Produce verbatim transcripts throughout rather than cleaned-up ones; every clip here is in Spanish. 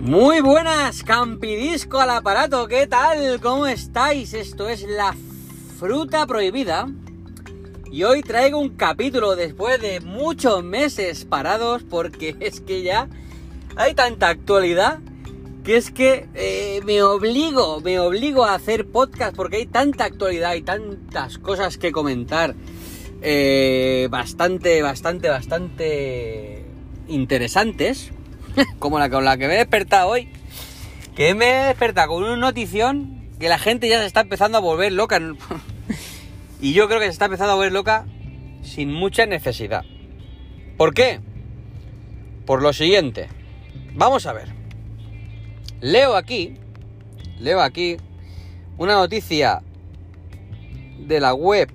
Muy buenas, Campidisco al aparato, ¿qué tal? ¿Cómo estáis? Esto es La Fruta Prohibida y hoy traigo un capítulo después de muchos meses parados porque es que ya hay tanta actualidad que es que eh, me obligo, me obligo a hacer podcast porque hay tanta actualidad y tantas cosas que comentar eh, bastante, bastante, bastante interesantes. Como la con la que me he despertado hoy, que me he despertado con una notición que la gente ya se está empezando a volver loca. Y yo creo que se está empezando a volver loca sin mucha necesidad. ¿Por qué? Por lo siguiente. Vamos a ver. Leo aquí, leo aquí una noticia de la web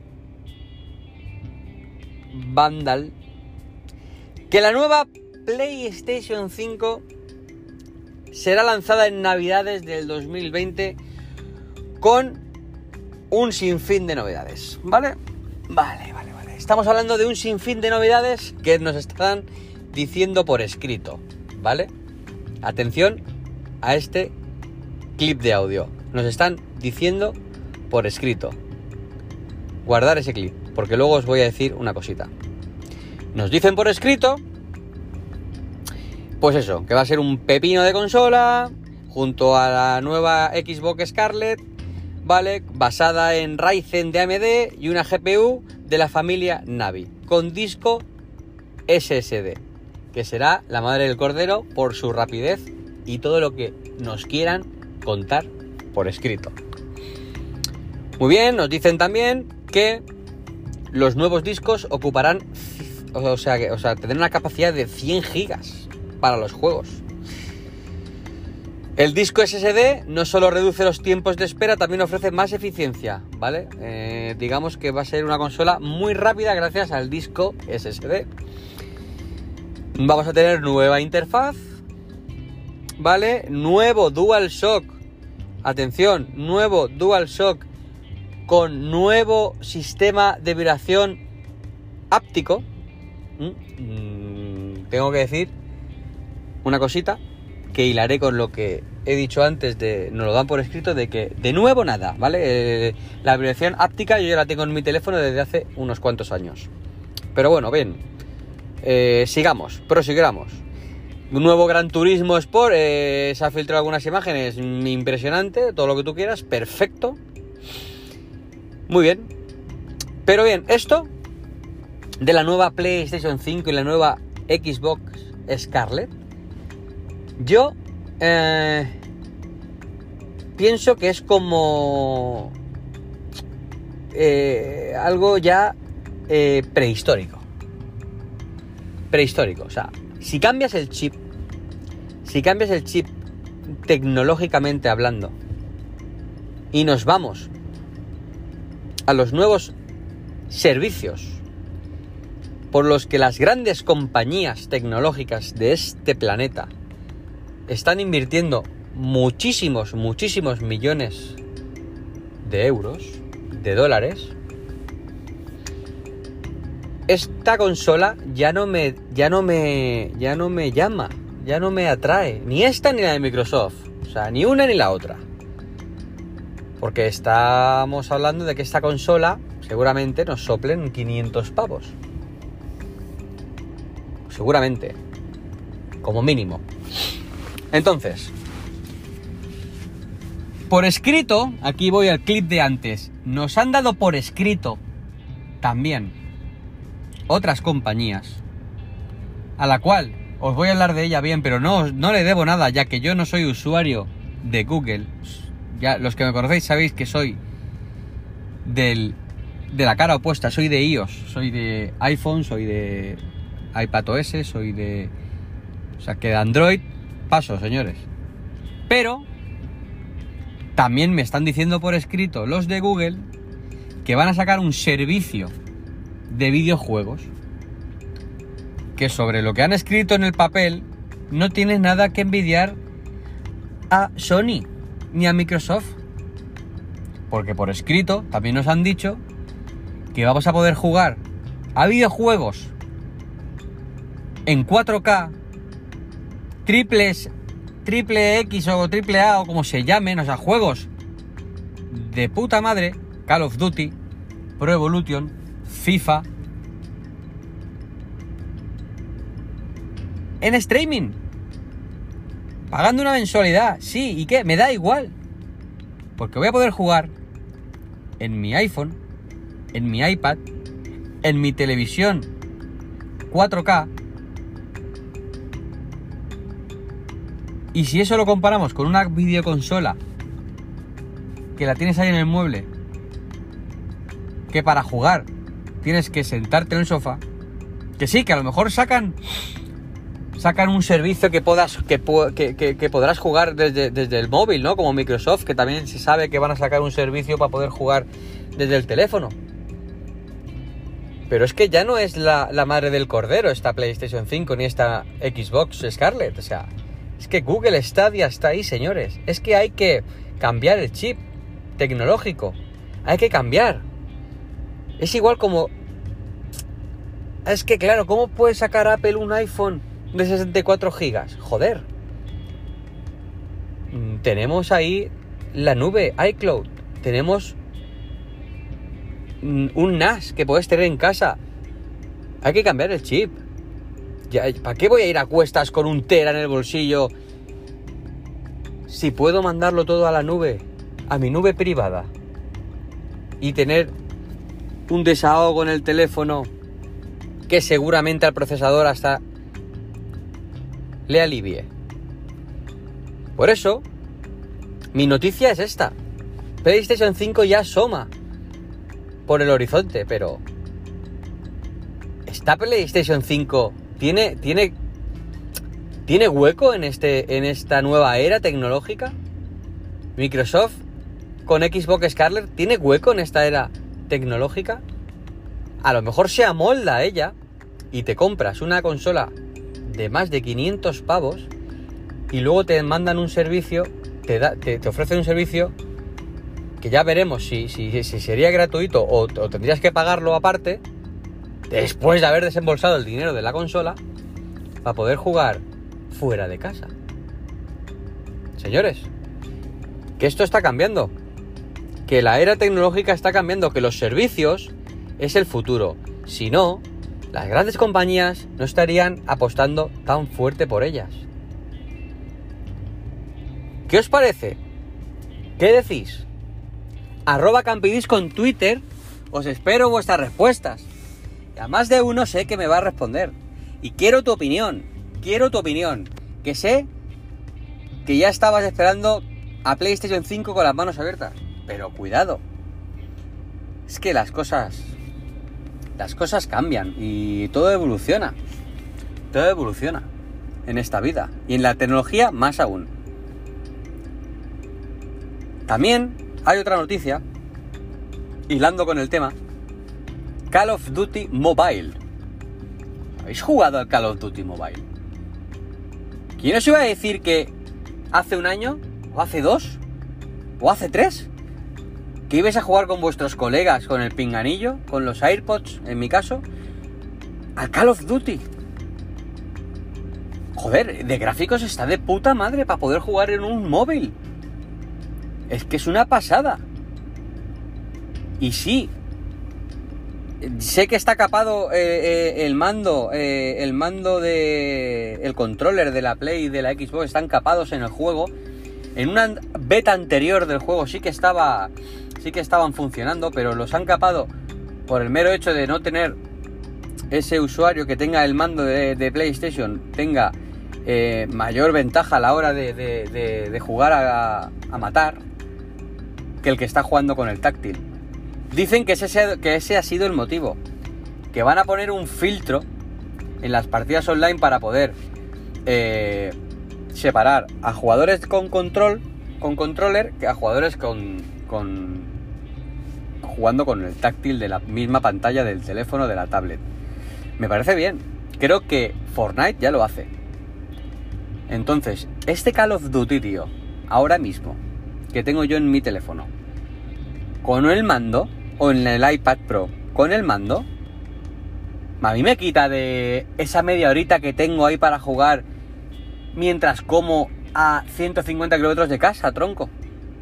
Vandal, que la nueva PlayStation cinco será lanzada en Navidades del dos mil veinte con un sinfín de novedades, ¿vale? Vale, vale, vale. Estamos hablando de un sinfín de novedades que nos están diciendo por escrito, ¿vale? Atención a este clip de audio. Nos están diciendo por escrito. Guardar ese clip, porque luego os voy a decir una cosita. Nos dicen por escrito, pues eso, que va a ser un pepino de consola junto a la nueva Xbox Scarlett, ¿vale? Basada en Ryzen de A M D y una G P U de la familia Navi, con disco S S D, que será la madre del cordero por su rapidez y todo lo que nos quieran contar por escrito. Muy bien, nos dicen también que los nuevos discos ocuparán, o sea, que, o sea, tendrán una capacidad de cien gigas para los juegos. El disco S S D no solo reduce los tiempos de espera, también ofrece más eficiencia, ¿vale? Eh, digamos que va a ser una consola muy rápida gracias al disco S S D. Vamos a tener nueva interfaz, ¿vale? Nuevo DualShock. Atención, nuevo DualShock con nuevo sistema de vibración áptico. Mm, tengo que decir una cosita que hilaré con lo que he dicho antes, de nos lo dan por escrito, de que de nuevo nada, ¿vale? Eh, la vibración áptica yo ya la tengo en mi teléfono desde hace unos cuantos años. Pero bueno, bien, eh, sigamos, prosigamos. Un nuevo Gran Turismo Sport, eh, se ha filtrado algunas imágenes, impresionante, todo lo que tú quieras, perfecto. Muy bien. Pero bien, esto de la nueva PlayStation cinco y la nueva Xbox Scarlett, yo eh, pienso que es como eh, algo ya eh, prehistórico. Prehistórico, o sea, si cambias el chip, si cambias el chip tecnológicamente hablando y nos vamos a los nuevos servicios por los que las grandes compañías tecnológicas de este planeta están invirtiendo muchísimos, muchísimos millones de euros, de dólares, esta consola ya no me, ya no me, ya no me llama, ya no me atrae, ni esta ni la de Microsoft, o sea, ni una ni la otra, porque estamos hablando de que esta consola seguramente nos soplen quinientos pavos. Seguramente, como mínimo. Entonces, por escrito, aquí voy al clip de antes, nos han dado por escrito también otras compañías, a la cual os voy a hablar de ella bien, pero no, no le debo nada, ya que yo no soy usuario de Google. Ya los que me conocéis sabéis que soy del, de la cara opuesta, soy de iOS, soy de iPhone, soy de iPadOS, soy de... O sea, que de Android paso, señores. Pero también me están diciendo por escrito los de Google que van a sacar un servicio de videojuegos que, sobre lo que han escrito en el papel, no tiene nada que envidiar a Sony ni a Microsoft, porque por escrito también nos han dicho que vamos a poder jugar a videojuegos en cuatro K, triples triple X o triple A o como se llamen, o sea, juegos de puta madre, Call of Duty, Pro Evolution, FIFA, en streaming, pagando una mensualidad, sí, ¿y qué? Me da igual, porque voy a poder jugar en mi iPhone, en mi iPad, en mi televisión cuatro K. Y si eso lo comparamos con una videoconsola que la tienes ahí en el mueble, que para jugar tienes que sentarte en el sofá, que sí, que a lo mejor sacan sacan un servicio que puedas que, que, que, que podrás jugar desde, desde el móvil, ¿no? Como Microsoft, que también se sabe que van a sacar un servicio para poder jugar desde el teléfono. Pero es que ya no es la, la madre del cordero esta PlayStation cinco ni esta Xbox Scarlett. O sea, es que Google Stadia está ahí, señores. Es que hay que cambiar el chip tecnológico. Hay que cambiar. Es igual como... Es que claro, ¿cómo puede sacar Apple un iPhone de sesenta y cuatro gigas? Joder. Tenemos ahí la nube, iCloud. Tenemos un N A S que puedes tener en casa. Hay que cambiar el chip. Ya, ¿para qué voy a ir a cuestas con un tera en el bolsillo si puedo mandarlo todo a la nube, a mi nube privada, y tener un desahogo en el teléfono que seguramente al procesador hasta le alivie? Por eso, mi noticia es esta. PlayStation cinco ya asoma por el horizonte, pero ¿esta PlayStation cinco tiene, tiene, tiene hueco en, este, en esta nueva era tecnológica? ¿Microsoft con Xbox Scarlett tiene hueco en esta era tecnológica? A lo mejor se amolda ella y te compras una consola de más de quinientos pavos y luego te mandan un servicio, te, da, te, te ofrecen un servicio que ya veremos si, si, si sería gratuito o, o tendrías que pagarlo aparte después de haber desembolsado el dinero de la consola para poder jugar fuera de casa. Señores, que esto está cambiando, que la era tecnológica está cambiando, que los servicios es el futuro. Si no, las grandes compañías no estarían apostando tan fuerte por ellas. ¿Qué os parece? ¿Qué decís? Arroba Campidisco en Twitter. Os espero vuestras respuestas. Y a más de uno sé que me va a responder. Y quiero tu opinión. Quiero tu opinión. Que sé que ya estabas esperando a PlayStation cinco con las manos abiertas. Pero cuidado. Es que las cosas... Las cosas cambian y todo evoluciona. Todo evoluciona en esta vida. Y en la tecnología más aún. También hay otra noticia, hilando con el tema. Call of Duty Mobile. ¿Habéis jugado al Call of Duty Mobile? ¿Quién os iba a decir que hace un año, o hace dos, o hace tres, que ibais a jugar con vuestros colegas, con el pinganillo, con los AirPods, en mi caso, al Call of Duty? Joder, de gráficos está de puta madre para poder jugar en un móvil. Es que es una pasada. Y sí, sé que está capado eh, eh, el mando, eh, el mando de... el controller de la Play y de la Xbox están capados en el juego. En una beta anterior del juego sí que estaba... sí que estaban funcionando, pero los han capado por el mero hecho de no tener ese usuario que tenga el mando de, de PlayStation, tenga eh, mayor ventaja a la hora de, de, de, de jugar a, a matar que el que está jugando con el táctil. Dicen que ese, que ese ha sido el motivo, que van a poner un filtro en las partidas online para poder eh, separar a jugadores con control, con controller, que a jugadores con, con jugando con el táctil de la misma pantalla del teléfono, de la tablet. Me parece bien. Creo que Fortnite ya lo hace. Entonces, este Call of Duty, tío, ahora mismo, que tengo yo en mi teléfono, con el mando, o en el iPad Pro, con el mando, a mí me quita de esa media horita que tengo ahí para jugar mientras como a ciento cincuenta kilómetros de casa, tronco.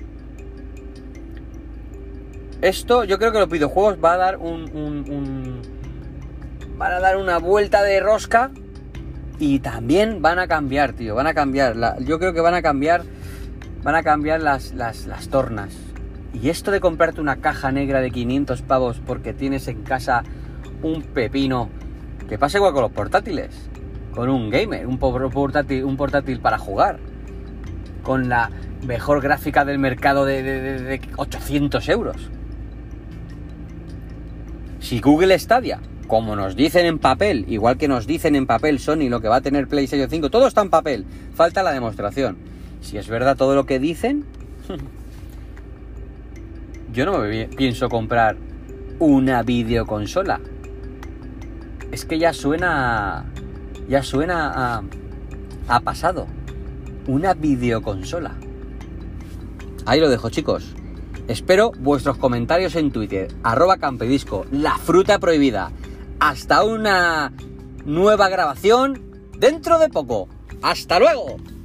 Esto, yo creo que los videojuegos va a dar un, un, un... van a dar una vuelta de rosca y también van a cambiar, tío, van a cambiar. La, yo creo que van a cambiar, van a cambiar las, las, las tornas. Y esto de comprarte una caja negra de quinientos pavos porque tienes en casa un pepino, que pasa igual con los portátiles, con un gamer, un portátil, un portátil para jugar, con la mejor gráfica del mercado de, de, de, de ochocientos euros. Si Google Stadia, como nos dicen en papel, igual que nos dicen en papel Sony lo que va a tener PlayStation cinco, todo está en papel, falta la demostración. Si es verdad todo lo que dicen, yo no me pienso comprar una videoconsola. Es que ya suena, ya suena a, a pasado. Una videoconsola. Ahí lo dejo, chicos. Espero vuestros comentarios en Twitter, arroba campedisco, la fruta prohibida. Hasta una nueva grabación dentro de poco. ¡Hasta luego!